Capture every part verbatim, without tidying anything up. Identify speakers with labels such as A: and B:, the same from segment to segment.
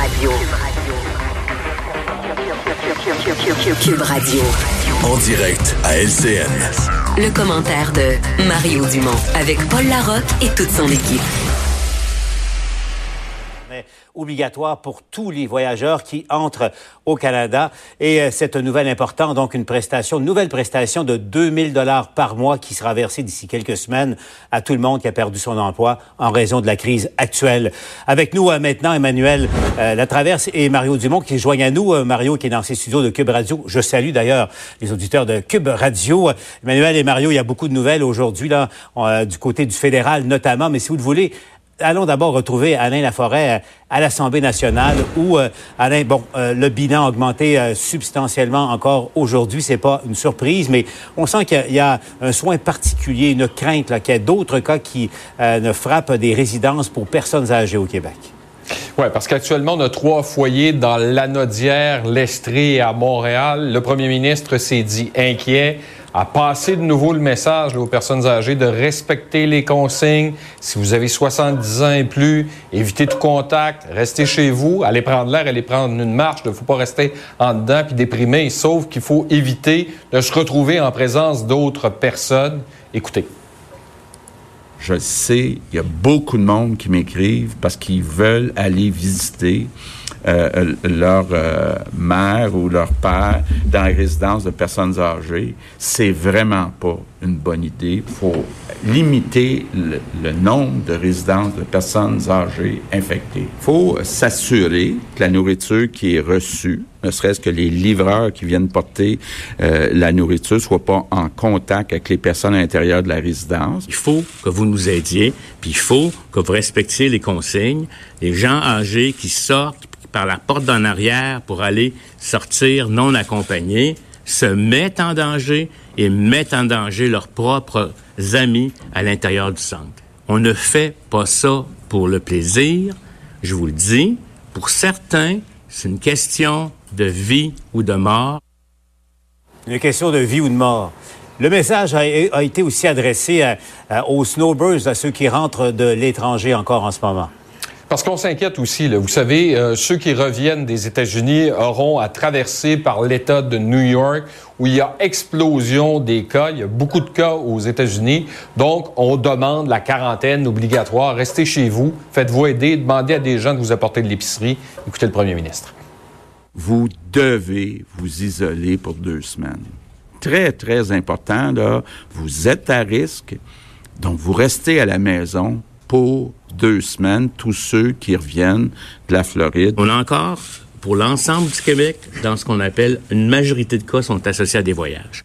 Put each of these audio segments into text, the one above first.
A: Radio. Cube Radio.
B: En direct à L C N.
A: Le commentaire de Mario Dumont avec Paul Larocque et toute son équipe.
C: Obligatoire pour tous les voyageurs qui entrent au Canada. Et euh, cette nouvelle importante, donc une prestation, une nouvelle prestation de deux mille dollars par mois qui sera versée d'ici quelques semaines à tout le monde qui a perdu son emploi en raison de la crise actuelle. Avec nous euh, maintenant, Emmanuel euh, Latraverse et Mario Dumont qui se joignent à nous. Euh, Mario qui est dans ses studios de Cube Radio. Je salue d'ailleurs les auditeurs de Cube Radio. Emmanuel et Mario, il y a beaucoup de nouvelles aujourd'hui là euh, du côté du fédéral notamment. Mais si vous le voulez, allons d'abord retrouver Alain Laforêt à l'Assemblée nationale où, euh, Alain, bon, euh, le bilan a augmenté euh, substantiellement encore aujourd'hui. C'est pas une surprise, mais on sent qu'il y a, il y a un soin particulier, une crainte, là, qu'il y a d'autres cas qui euh, ne frappent des résidences pour personnes âgées au Québec.
D: Oui, parce qu'actuellement, on a trois foyers dans Lanaudière, l'Estrie et à Montréal. Le premier ministre s'est dit inquiet, a passé de nouveau le message là, aux personnes âgées de respecter les consignes. Si vous avez soixante-dix ans et plus, évitez tout contact, restez chez vous, allez prendre l'air, allez prendre une marche. Il ne faut pas rester en dedans puis déprimé, sauf qu'il faut éviter de se retrouver en présence d'autres personnes. Écoutez.
E: Je sais, il y a beaucoup de monde qui m'écrivent parce qu'ils veulent aller visiter euh, leur euh, mère ou leur père dans la résidence de personnes âgées. C'est vraiment pas une bonne idée. Il faut limiter le, le nombre de résidences de personnes âgées infectées. Il faut s'assurer que la nourriture qui est reçue, ne serait-ce que les livreurs qui viennent porter euh, la nourriture ne soient pas en contact avec les personnes à l'intérieur de la résidence.
F: Il faut que vous nous aidiez, puis il faut que vous respectiez les consignes. Les gens âgés qui sortent par la porte d'en arrière pour aller sortir non accompagnés se mettent en danger et mettent en danger leurs propres amis à l'intérieur du centre. On ne fait pas ça pour le plaisir. Je vous le dis, pour certains, c'est une question de vie ou de mort.
C: Une question de vie ou de mort. Le message a, a été aussi adressé à, à, aux snowbirds, à ceux qui rentrent de l'étranger encore en ce moment.
D: Parce qu'on s'inquiète aussi, là. Vous savez, euh, ceux qui reviennent des États-Unis auront à traverser par l'État de New York où il y a explosion des cas. Il y a beaucoup de cas aux États-Unis. Donc, on demande la quarantaine obligatoire. Restez chez vous, faites-vous aider, demandez à des gens de vous apporter de l'épicerie. Écoutez le premier ministre.
E: Vous devez vous isoler pour deux semaines. Très, très important, là. Vous êtes à risque, donc vous restez à la maison pour deux semaines, tous ceux qui reviennent de la Floride.
F: On a encore, pour l'ensemble du Québec, dans ce qu'on appelle une majorité de cas sont associés à des voyages.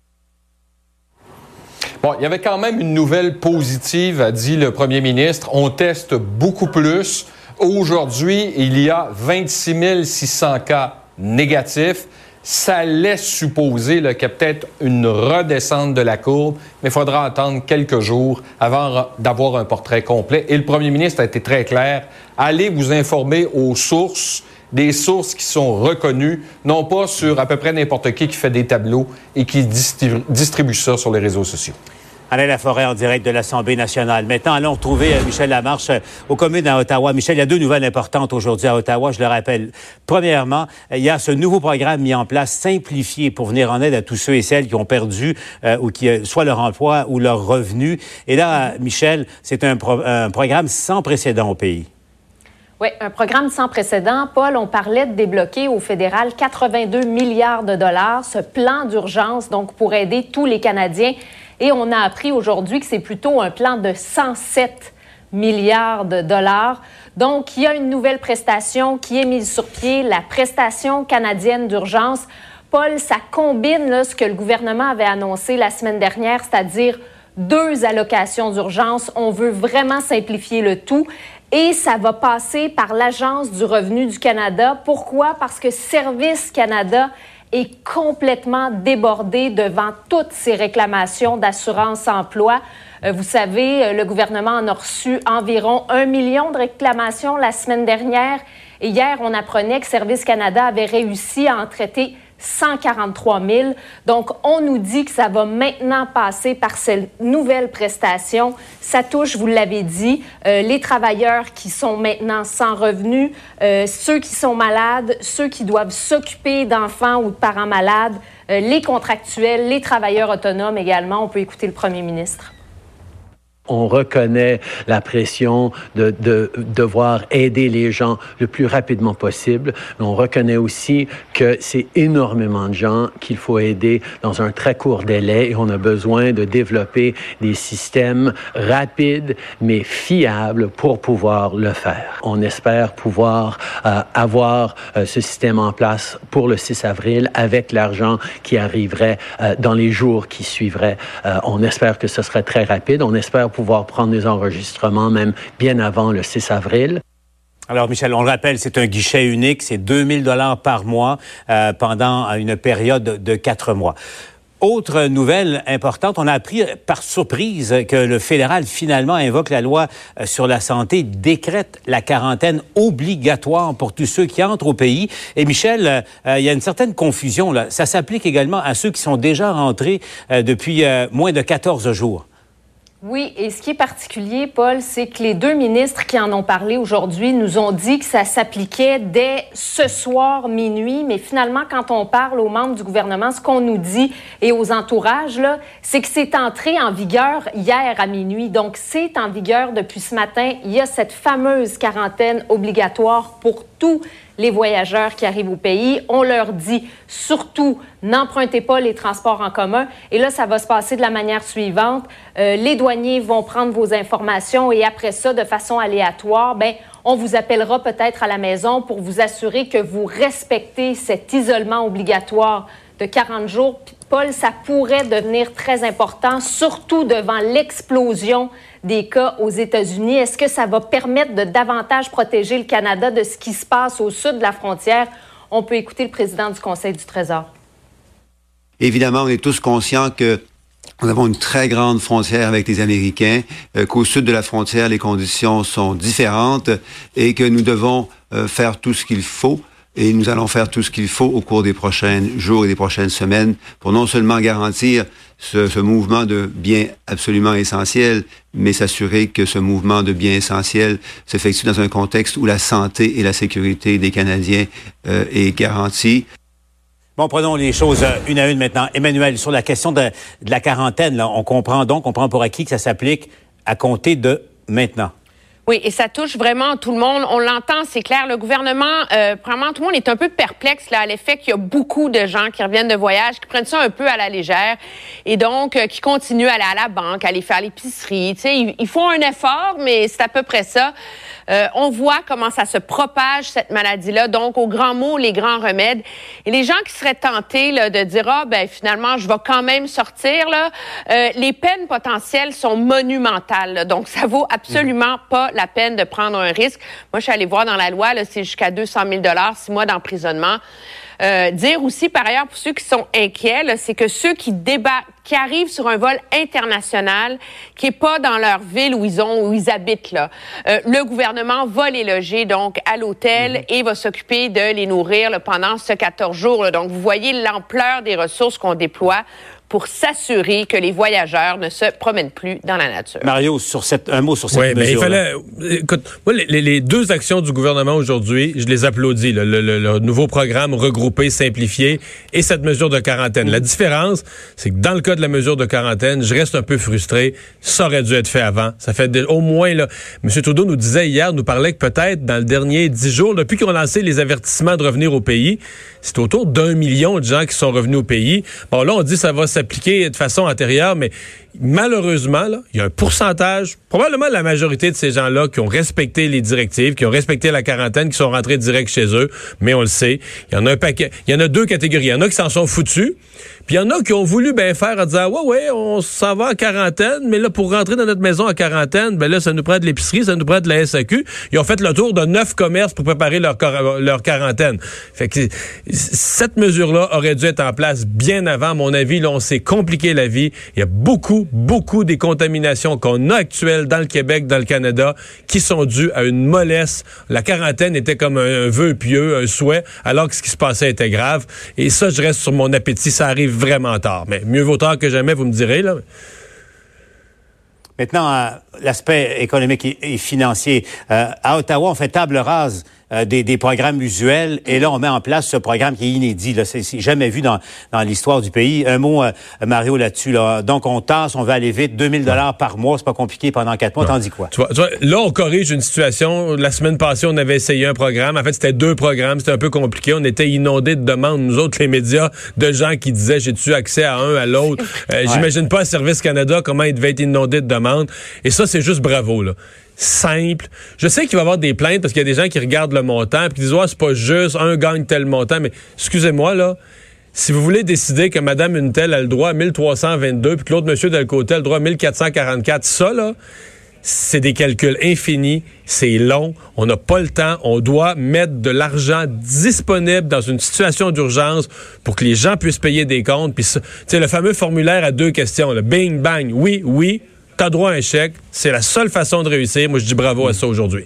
D: Bon, il y avait quand même une nouvelle positive, a dit le premier ministre. On teste beaucoup plus. Aujourd'hui, il y a vingt-six mille six cents cas négatifs. Ça laisse supposer là, qu'il y a peut-être une redescente de la courbe, mais il faudra attendre quelques jours avant d'avoir un portrait complet. Et le premier ministre a été très clair. Allez vous informer aux sources, des sources qui sont reconnues, non pas sur à peu près n'importe qui qui fait des tableaux et qui distribue, distribue ça sur les réseaux sociaux.
C: Alain Laforêt en direct de l'Assemblée nationale. Maintenant, allons retrouver euh, Michel Lamarche euh, aux communes à Ottawa. Michel, il y a deux nouvelles importantes aujourd'hui à Ottawa, je le rappelle. Premièrement, il y a ce nouveau programme mis en place, simplifié, pour venir en aide à tous ceux et celles qui ont perdu euh, ou qui euh, soit leur emploi ou leur revenu. Et là, Michel, c'est un, pro- un programme sans précédent au pays.
G: Oui, un programme sans précédent. Paul, on parlait de débloquer au fédéral quatre-vingt-deux milliards de dollars, ce plan d'urgence, donc pour aider tous les Canadiens. Et on a appris aujourd'hui que c'est plutôt un plan de cent sept milliards de dollars. Donc, il y a une nouvelle prestation qui est mise sur pied, la prestation canadienne d'urgence. Paul, ça combine là, ce que le gouvernement avait annoncé la semaine dernière, c'est-à-dire deux allocations d'urgence. On veut vraiment simplifier le tout. Et ça va passer par l'Agence du revenu du Canada. Pourquoi? Parce que Service Canada est complètement débordé devant toutes ces réclamations d'assurance-emploi. Euh, vous savez, le gouvernement en a reçu environ un million de réclamations la semaine dernière. Et hier, on apprenait que Service Canada avait réussi à en traiter cent quarante-trois mille. Donc, on nous dit que ça va maintenant passer par cette nouvelle prestation. Ça touche, vous l'avez dit, euh, les travailleurs qui sont maintenant sans revenus, euh, ceux qui sont malades, ceux qui doivent s'occuper d'enfants ou de parents malades, euh, les contractuels, les travailleurs autonomes également. On peut écouter le premier ministre.
H: On reconnaît la pression de, de devoir aider les gens le plus rapidement possible, mais on reconnaît aussi que c'est énormément de gens qu'il faut aider dans un très court délai et on a besoin de développer des systèmes rapides mais fiables pour pouvoir le faire. On espère pouvoir euh, avoir euh, ce système en place pour le six avril avec l'argent qui arriverait euh, dans les jours qui suivraient. Euh, on espère que ce serait très rapide. On espère pouvoir prendre des enregistrements même bien avant le six avril.
C: Alors, Michel, on le rappelle, c'est un guichet unique, c'est deux mille dollars par mois euh, pendant une période de quatre mois. Autre nouvelle importante, on a appris par surprise que le fédéral finalement invoque la loi sur la santé, décrète la quarantaine obligatoire pour tous ceux qui entrent au pays. Et Michel, euh, il y a une certaine confusion là. Ça s'applique également à ceux qui sont déjà rentrés euh, depuis euh, moins de quatorze jours.
G: Oui, et ce qui est particulier, Paul, c'est que les deux ministres qui en ont parlé aujourd'hui nous ont dit que ça s'appliquait dès ce soir minuit, mais finalement, quand on parle aux membres du gouvernement, ce qu'on nous dit et aux entourages, là, c'est que c'est entré en vigueur hier à minuit. Donc, c'est en vigueur depuis ce matin. Il y a cette fameuse quarantaine obligatoire pour tous les voyageurs qui arrivent au pays. On leur dit surtout, n'empruntez pas les transports en commun. Et là, ça va se passer de la manière suivante. Euh, les douaniers vont prendre vos informations et après ça, de façon aléatoire, ben, on vous appellera peut-être à la maison pour vous assurer que vous respectez cet isolement obligatoire de quarante jours. Paul, ça pourrait devenir très important, surtout devant l'explosion des cas aux États-Unis. Est-ce que ça va permettre de davantage protéger le Canada de ce qui se passe au sud de la frontière? On peut écouter le président du Conseil du Trésor.
I: Évidemment, on est tous conscients que nous avons une très grande frontière avec les Américains, euh, qu'au sud de la frontière, les conditions sont différentes et que nous devons euh, faire tout ce qu'il faut. Et nous allons faire tout ce qu'il faut au cours des prochains jours et des prochaines semaines pour non seulement garantir ce, ce mouvement de biens absolument essentiels, mais s'assurer que ce mouvement de biens essentiels s'effectue dans un contexte où la santé et la sécurité des Canadiens euh, est garantie.
C: Bon, prenons les choses une à une maintenant. Emmanuel, sur la question de, de la quarantaine, là, on comprend donc, on prend pour acquis que ça s'applique à compter de maintenant.
J: Oui, et ça touche vraiment tout le monde. On l'entend, c'est clair. Le gouvernement, euh, vraiment, tout le monde est un peu perplexe là, à l'effet qu'il y a beaucoup de gens qui reviennent de voyage, qui prennent ça un peu à la légère et donc euh, qui continuent à aller à la banque, à aller faire l'épicerie. Tu sais, ils, ils font un effort, mais c'est à peu près ça. Euh, on voit comment ça se propage, cette maladie-là. Donc, aux grands mots, les grands remèdes. Et les gens qui seraient tentés là, de dire, ah, ben finalement, je vais quand même sortir, là, euh, les peines potentielles sont monumentales. Là. Donc, ça vaut absolument pas la peine de prendre un risque. Moi, je suis allée voir dans la loi, là, c'est jusqu'à deux cent mille dollars, six mois d'emprisonnement. Euh, dire aussi, par ailleurs, pour ceux qui sont inquiets, là, c'est que ceux qui débattent, qui arrivent sur un vol international, qui est pas dans leur ville où ils ont, où ils habitent, là, euh, le gouvernement va les loger, donc, à l'hôtel mmh. et va s'occuper de les nourrir là, pendant ce quatorze jours. Là. Donc, vous voyez l'ampleur des ressources qu'on déploie pour s'assurer que les voyageurs ne se promènent plus dans la nature.
C: Mario, sur cette, un mot sur cette
K: ouais,
C: mesure.
K: Oui, mais il fallait... Écoute, moi, les, les deux actions du gouvernement aujourd'hui, je les applaudis. Le, le, le nouveau programme regroupé, simplifié et cette mesure de quarantaine. Mmh. La différence, c'est que dans le cas de la mesure de quarantaine, je reste un peu frustré. Ça aurait dû être fait avant. Ça fait de, au moins, là, M. Trudeau nous disait hier, nous parlait que peut-être dans le dernier dix jours, depuis qu'ils ont lancé les avertissements de revenir au pays, c'est autour d'un million de gens qui sont revenus au pays. Bon, là, on dit que ça va s'appliquer de façon antérieure, mais malheureusement, là, il y a un pourcentage, probablement la majorité de ces gens-là qui ont respecté les directives, qui ont respecté la quarantaine, qui sont rentrés direct chez eux, mais on le sait, il y en a un paquet, il y en a deux catégories. Il y en a qui s'en sont foutus, puis il y en a qui ont voulu bien faire en disant « Ouais, ouais, on s'en va en quarantaine, mais là, pour rentrer dans notre maison en quarantaine, ben là, ça nous prend de l'épicerie, ça nous prend de la S A Q. » Ils ont fait le tour de neuf commerces pour préparer leur, leur quarantaine. Fait que cette mesure-là aurait dû être en place bien avant, à mon avis. Là, on s'est compliqué la vie. Il y a beaucoup, beaucoup des contaminations qu'on a actuelles dans le Québec, dans le Canada, qui sont dues à une mollesse. La quarantaine était comme un, un vœu pieux, un souhait, alors que ce qui se passait était grave. Et ça, je reste sur mon appétit. Ça arrive vraiment tard. Mais mieux vaut tard que jamais, vous me direz, là.
C: Maintenant, euh, l'aspect économique et, et financier. Euh, à Ottawa, on fait table rase euh, des, des programmes usuels et là, on met en place ce programme qui est inédit. Là, c'est, c'est jamais vu dans, dans l'histoire du pays. Un mot, euh, Mario, là-dessus. Là. Donc, on tasse, on veut aller vite. deux mille dollars par mois, c'est pas compliqué pendant quatre mois. Ouais. T'en dis quoi?
K: Tu vois, tu vois, là, on corrige une situation. La semaine passée, on avait essayé un programme. En fait, c'était deux programmes. C'était un peu compliqué. On était inondés de demandes, nous autres, les médias, de gens qui disaient, j'ai-tu accès à un, à l'autre? Euh, ouais. J'imagine pas à Service Canada comment il devait être inondé de demandes. Et ça, c'est juste bravo, là. Simple. Je sais qu'il va y avoir des plaintes parce qu'il y a des gens qui regardent le montant et qui disent, ouais, c'est pas juste, un gagne tel montant. Mais excusez-moi, là, si vous voulez décider que Madame une telle a le droit à mille trois cent vingt-deux puis que l'autre monsieur de le côté a le droit à mille quatre cent quarante-quatre, ça, là, c'est des calculs infinis, c'est long, on n'a pas le temps, on doit mettre de l'argent disponible dans une situation d'urgence pour que les gens puissent payer des comptes. Puis, tu sais, le fameux formulaire à deux questions, le bing, bang, oui, oui, t'as droit à un chèque, c'est la seule façon de réussir. Moi, je dis bravo à ça aujourd'hui.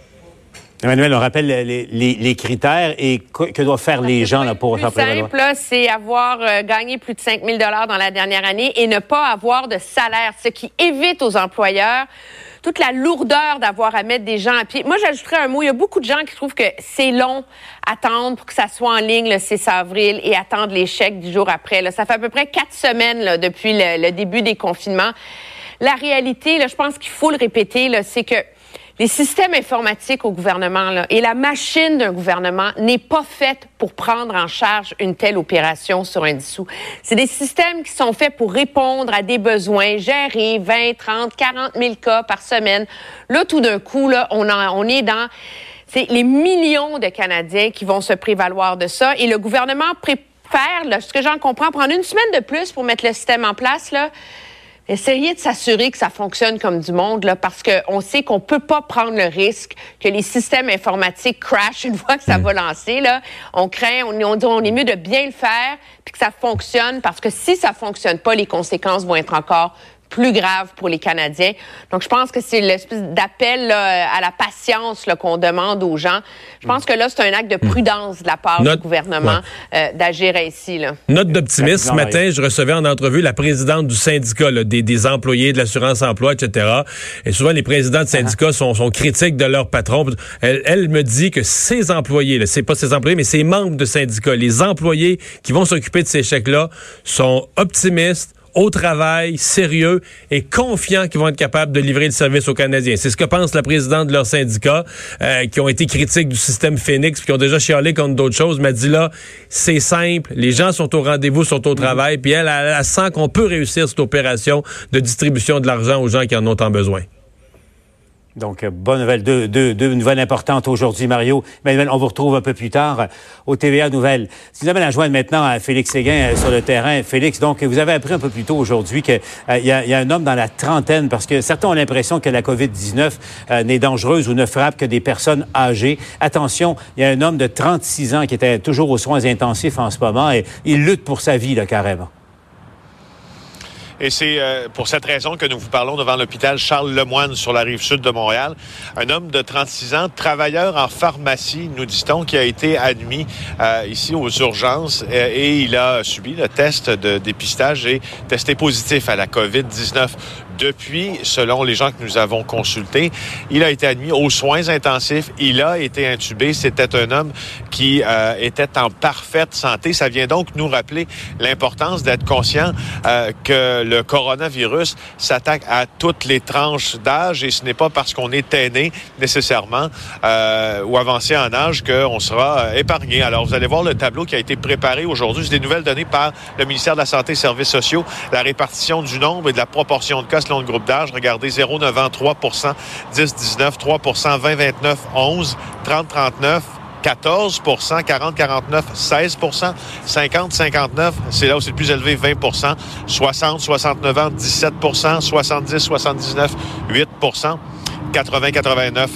C: Emmanuel, on rappelle les, les, les critères et que, que doivent faire les gens là, pour faire prévaloir.
J: Le plus simple, c'est avoir euh, gagné plus de cinq mille dollars dans la dernière année et ne pas avoir de salaire, ce qui évite aux employeurs toute la lourdeur d'avoir à mettre des gens à pied. Moi, j'ajouterais un mot. Il y a beaucoup de gens qui trouvent que c'est long attendre pour que ça soit en ligne le six avril et attendre les chèques dix jours après. Là, ça fait à peu près quatre semaines là, depuis le, le début des confinements. La réalité, là, je pense qu'il faut le répéter, là, c'est que les systèmes informatiques au gouvernement là, et la machine d'un gouvernement n'est pas faite pour prendre en charge une telle opération sur un dissous. C'est des systèmes qui sont faits pour répondre à des besoins, gérer vingt, trente, quarante mille cas par semaine. Là, tout d'un coup, là, on, en, on est dans c'est les millions de Canadiens qui vont se prévaloir de ça. Et le gouvernement préfère, là, ce que j'en comprends, prendre une semaine de plus pour mettre le système en place, là. Essayez de s'assurer que ça fonctionne comme du monde, là, parce qu'on sait qu'on peut pas prendre le risque que les systèmes informatiques crashent une fois que ça mmh. va lancer. Là. On craint, on, on dit on est mieux de bien le faire puis que ça fonctionne, parce que si ça fonctionne pas, les conséquences vont être encore plus grave pour les Canadiens. Donc, je pense que c'est l'espèce d'appel là, à la patience là, qu'on demande aux gens. Je pense que là, c'est un acte de prudence de la part Note, du gouvernement ouais. euh, d'agir ainsi. Là.
K: Note d'optimisme. Ce matin, je recevais en entrevue la présidente du syndicat là, des, des employés de l'assurance-emploi, et cetera. Et souvent, les présidents de syndicats sont, sont critiques de leur patron. Elle, elle me dit que ces employés, là, c'est pas ces employés, mais ces membres de syndicats, les employés qui vont s'occuper de ces chèques-là, sont optimistes, au travail, sérieux et confiants qu'ils vont être capables de livrer le service aux Canadiens. C'est ce que pense la présidente de leur syndicat, euh, qui ont été critiques du système Phoenix, puis qui ont déjà chialé contre d'autres choses, m'a dit là, c'est simple, les gens sont au rendez-vous, sont au travail, puis elle, elle, elle sent qu'on peut réussir cette opération de distribution de l'argent aux gens qui en ont tant besoin.
C: Donc, bonne nouvelle, deux, deux, deux nouvelles importantes aujourd'hui, Mario. Emmanuel, on vous retrouve un peu plus tard au T V A Nouvelles. Si vous avez la joindre maintenant à Félix Séguin sur le terrain. Félix, donc, vous avez appris un peu plus tôt aujourd'hui qu'il euh, y, y a un homme dans la trentaine, parce que certains ont l'impression que la covid dix-neuf euh, n'est dangereuse ou ne frappe que des personnes âgées. Attention, il y a un homme de trente-six ans qui était toujours aux soins intensifs en ce moment et il lutte pour sa vie, là, carrément.
L: Et c'est euh, pour cette raison que nous vous parlons devant l'hôpital Charles-Lemoine sur la rive sud de Montréal. Un homme de trente-six ans, travailleur en pharmacie, nous dit-on, qui a été admis euh, ici aux urgences euh, et il a subi le test de dépistage et testé positif à la covid dix-neuf. Depuis, selon les gens que nous avons consultés, il a été admis aux soins intensifs. Il a été intubé. C'était un homme qui euh, était en parfaite santé. Ça vient donc nous rappeler l'importance d'être conscient euh, que le coronavirus s'attaque à toutes les tranches d'âge et ce n'est pas parce qu'on est aîné nécessairement euh, ou avancé en âge qu'on sera euh, épargné. Alors, vous allez voir le tableau qui a été préparé aujourd'hui. C'est des nouvelles données par le ministère de la Santé et des Services sociaux. La répartition du nombre et de la proportion de cas selon le groupe d'âge. Regardez, zéro neuf ans, trois pour cent, dix dix-neuf, trois pour cent, vingt vingt-neuf, onze, trente trente-neuf, quatorze pour cent, quarante quarante-neuf, seize pour cent, cinquante cinquante-neuf, c'est là où c'est le plus élevé, vingt pour cent, soixante soixante-neuf ans, dix-sept pour cent, soixante-dix soixante-dix-neuf, huit pour cent, quatre-vingts quatre-vingt-neuf,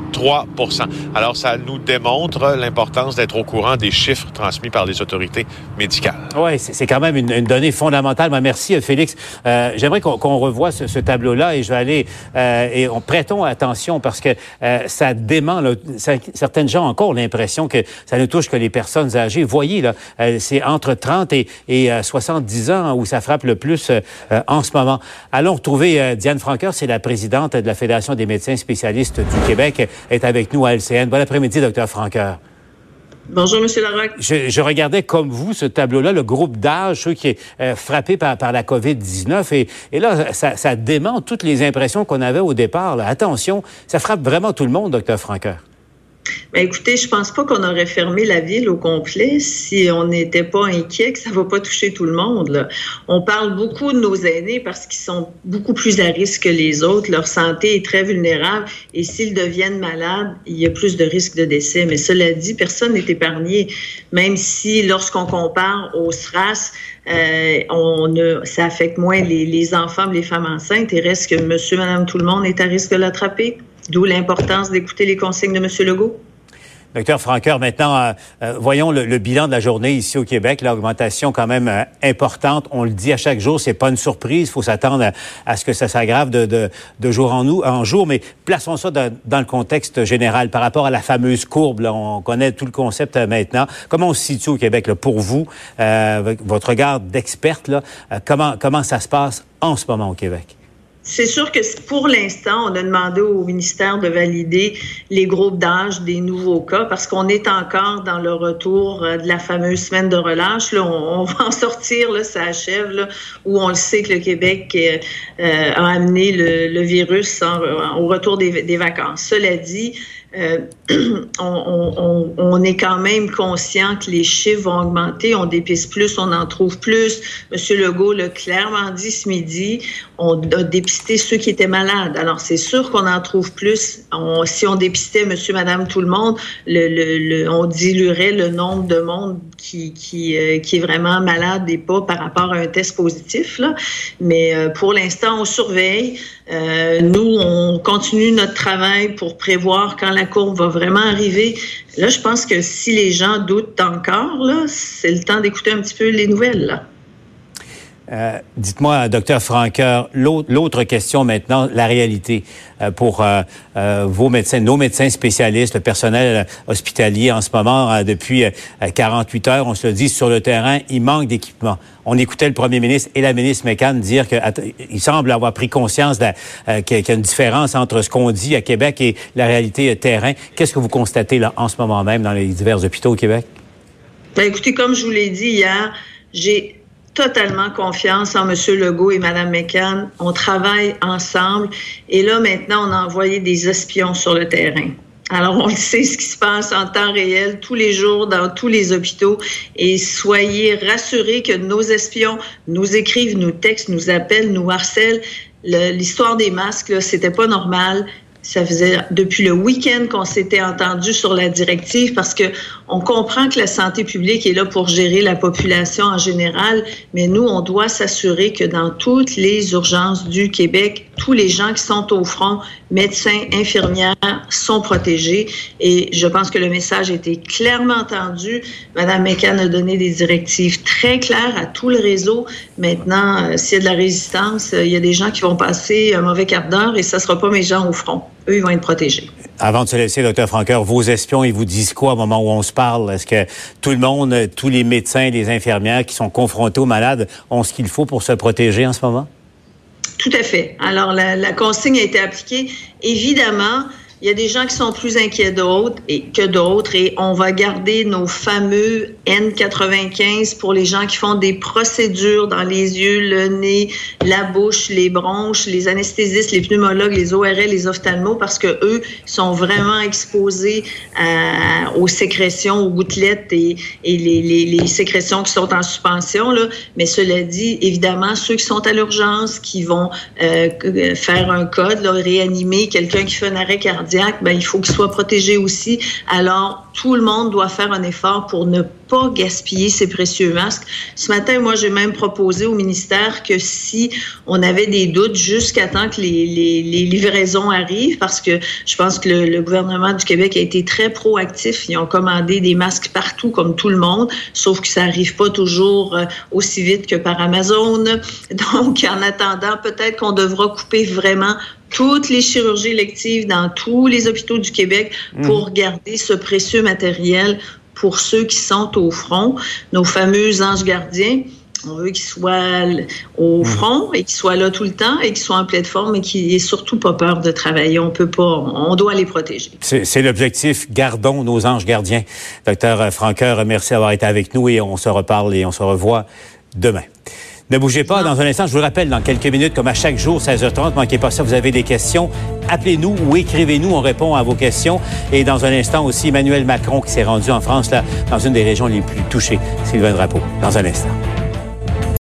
L: trois pour cent. Alors, ça nous démontre l'importance d'être au courant des chiffres transmis par les autorités médicales.
C: Oui, c'est, c'est quand même une, une donnée fondamentale. Ben, merci, Félix. Euh, j'aimerais qu'on, qu'on revoie ce, ce tableau-là et je vais aller... Euh, et on, prêtons attention parce que euh, ça dément... Là, ça, certaines gens ont encore l'impression que ça ne touche que les personnes âgées. Voyez, là, euh, c'est entre trente et, et euh, soixante-dix ans où ça frappe le plus euh, en ce moment. Allons retrouver euh, Diane Franqueur, c'est la présidente de la Fédération des médecins spécialistes du Québec, est avec nous à L C N. Bon après-midi, docteur Franqueur.
M: Bonjour, M. Larocque.
C: Je, je regardais comme vous ce tableau-là, le groupe d'âge, ceux qui est euh, frappé par, par la covid dix-neuf. Et, et là, ça, ça dément toutes les impressions qu'on avait au départ. Là. Attention, ça frappe vraiment tout le monde, docteur Franqueur.
M: Bien, écoutez, je pense pas qu'on aurait fermé la ville au complet si on n'était pas inquiet que ça va pas toucher tout le monde, là. On parle beaucoup de nos aînés parce qu'ils sont beaucoup plus à risque que les autres. Leur santé est très vulnérable et s'ils deviennent malades, il y a plus de risques de décès. Mais cela dit, personne n'est épargné. Même si, lorsqu'on compare au S R A S, euh, on a, ça affecte moins les, les enfants, les femmes enceintes. Il reste que monsieur, madame, tout le monde est à risque de l'attraper. D'où l'importance d'écouter les consignes de M. Legault.
C: Docteur Franqueur, maintenant, euh, euh, voyons le, le bilan de la journée ici au Québec. L'augmentation quand même euh, importante. On le dit à chaque jour, c'est pas une surprise. Il faut s'attendre à, à ce que ça s'aggrave de, de, de jour en, nous, en jour. Mais plaçons ça dans, dans le contexte général par rapport à la fameuse courbe. Là, on connaît tout le concept euh, maintenant. Comment on se situe au Québec là, pour vous, euh, votre regard d'experte, là, euh, comment, comment ça se passe en ce moment au Québec?
M: C'est sûr que pour l'instant, on a demandé au ministère de valider les groupes d'âge des nouveaux cas parce qu'on est encore dans le retour de la fameuse semaine de relâche. Là, on, on va en sortir, là, ça achève, là, où on le sait que le Québec euh, a amené le, le virus en, au retour des, des vacances. Cela dit, Euh, on, on, on est quand même conscient que les chiffres vont augmenter. On dépiste plus, on en trouve plus. Monsieur Legault l'a clairement dit ce midi. On a dépisté ceux qui étaient malades. Alors, c'est sûr qu'on en trouve plus. On, si on dépistait monsieur, madame, tout le monde, le, le, le, on diluerait le nombre de monde qui, qui, euh, qui est vraiment malade et pas par rapport à un test positif, là. Mais euh, pour l'instant, on surveille. Euh, nous, on continue notre travail pour prévoir quand la courbe va vraiment arriver. Là, je pense que si les gens doutent encore, là, c'est le temps d'écouter un petit peu les nouvelles, là.
C: Euh, dites-moi, docteur Franqueur, l'autre, l'autre question maintenant, la réalité euh, pour euh, euh, vos médecins, nos médecins spécialistes, le personnel hospitalier en ce moment, euh, depuis euh, quarante-huit heures, on se le dit, sur le terrain, il manque d'équipement. On écoutait le premier ministre et la ministre McCann dire qu'il semble avoir pris conscience de, euh, qu'il y a une différence entre ce qu'on dit à Québec et la réalité euh, terrain. Qu'est-ce que vous constatez là en ce moment même dans les divers hôpitaux au Québec?
M: Ben, écoutez, comme je vous l'ai dit hier, j'ai totalement confiance en M. Legault et Mme McCann. On travaille ensemble. Et là, maintenant, on a envoyé des espions sur le terrain. Alors, on le sait ce qui se passe en temps réel, tous les jours, dans tous les hôpitaux. Et soyez rassurés que nos espions nous écrivent, nous textent, nous appellent, nous harcèlent. Le, l'histoire des masques, là, c'était pas normal. Ça faisait depuis le week-end qu'on s'était entendu sur la directive parce que on comprend que la santé publique est là pour gérer la population en général, mais nous, on doit s'assurer que dans toutes les urgences du Québec, tous les gens qui sont au front, médecins, infirmières, sont protégés. Et je pense que le message a été clairement entendu. Mme McCann a donné des directives très claires à tout le réseau. Maintenant, euh, s'il y a de la résistance, euh, il y a des gens qui vont passer un mauvais quart d'heure et ça ne sera pas mes gens au front. Eux, ils vont être protégés.
C: Avant de se laisser, docteur Franqueur, vos espions, ils vous disent quoi au moment où on se parle? Est-ce que tout le monde, tous les médecins, les infirmières qui sont confrontés aux malades ont ce qu'il faut pour se protéger en ce moment?
M: Tout à fait. Alors, la, la consigne a été appliquée. Évidemment, il y a des gens qui sont plus inquiets d'autres et que d'autres et on va garder nos fameux N quatre-vingt-quinze pour les gens qui font des procédures dans les yeux, le nez, la bouche, les bronches, les anesthésistes, les pneumologues, les O R L, les ophtalmos parce que eux sont vraiment exposés à, aux sécrétions, aux gouttelettes et, et les, les, les sécrétions qui sont en suspension, là. Mais cela dit, évidemment, ceux qui sont à l'urgence, qui vont euh, faire un code, là, réanimer quelqu'un qui fait un arrêt cardiaque, cardiaque, ben, il faut qu'il soit protégé aussi. Alors, tout le monde doit faire un effort pour ne pas gaspiller ces précieux masques. Ce matin, moi, j'ai même proposé au ministère que si on avait des doutes jusqu'à temps que les, les, les livraisons arrivent, parce que je pense que le, le gouvernement du Québec a été très proactif. Ils ont commandé des masques partout, comme tout le monde, sauf que ça n'arrive pas toujours aussi vite que par Amazon. Donc, en attendant, peut-être qu'on devra couper vraiment toutes les chirurgies électives dans tous les hôpitaux du Québec pour mmh. garder ce précieux matériel pour ceux qui sont au front, nos fameux anges gardiens. On veut qu'ils soient au front et qu'ils soient là tout le temps et qu'ils soient en pleine forme et qu'ils n'aient surtout pas peur de travailler. On peut pas, on doit les protéger.
C: C'est, c'est l'objectif. Gardons nos anges gardiens. Docteur Franqueur, merci d'avoir été avec nous et on se reparle et on se revoit demain. Ne bougez pas. Dans un instant, je vous le rappelle, dans quelques minutes, comme à chaque jour, seize heures trente, manquez pas ça, vous avez des questions, appelez-nous ou écrivez-nous, on répond à vos questions. Et dans un instant aussi, Emmanuel Macron qui s'est rendu en France, là, dans une des régions les plus touchées. Sylvain Drapeau, dans un instant.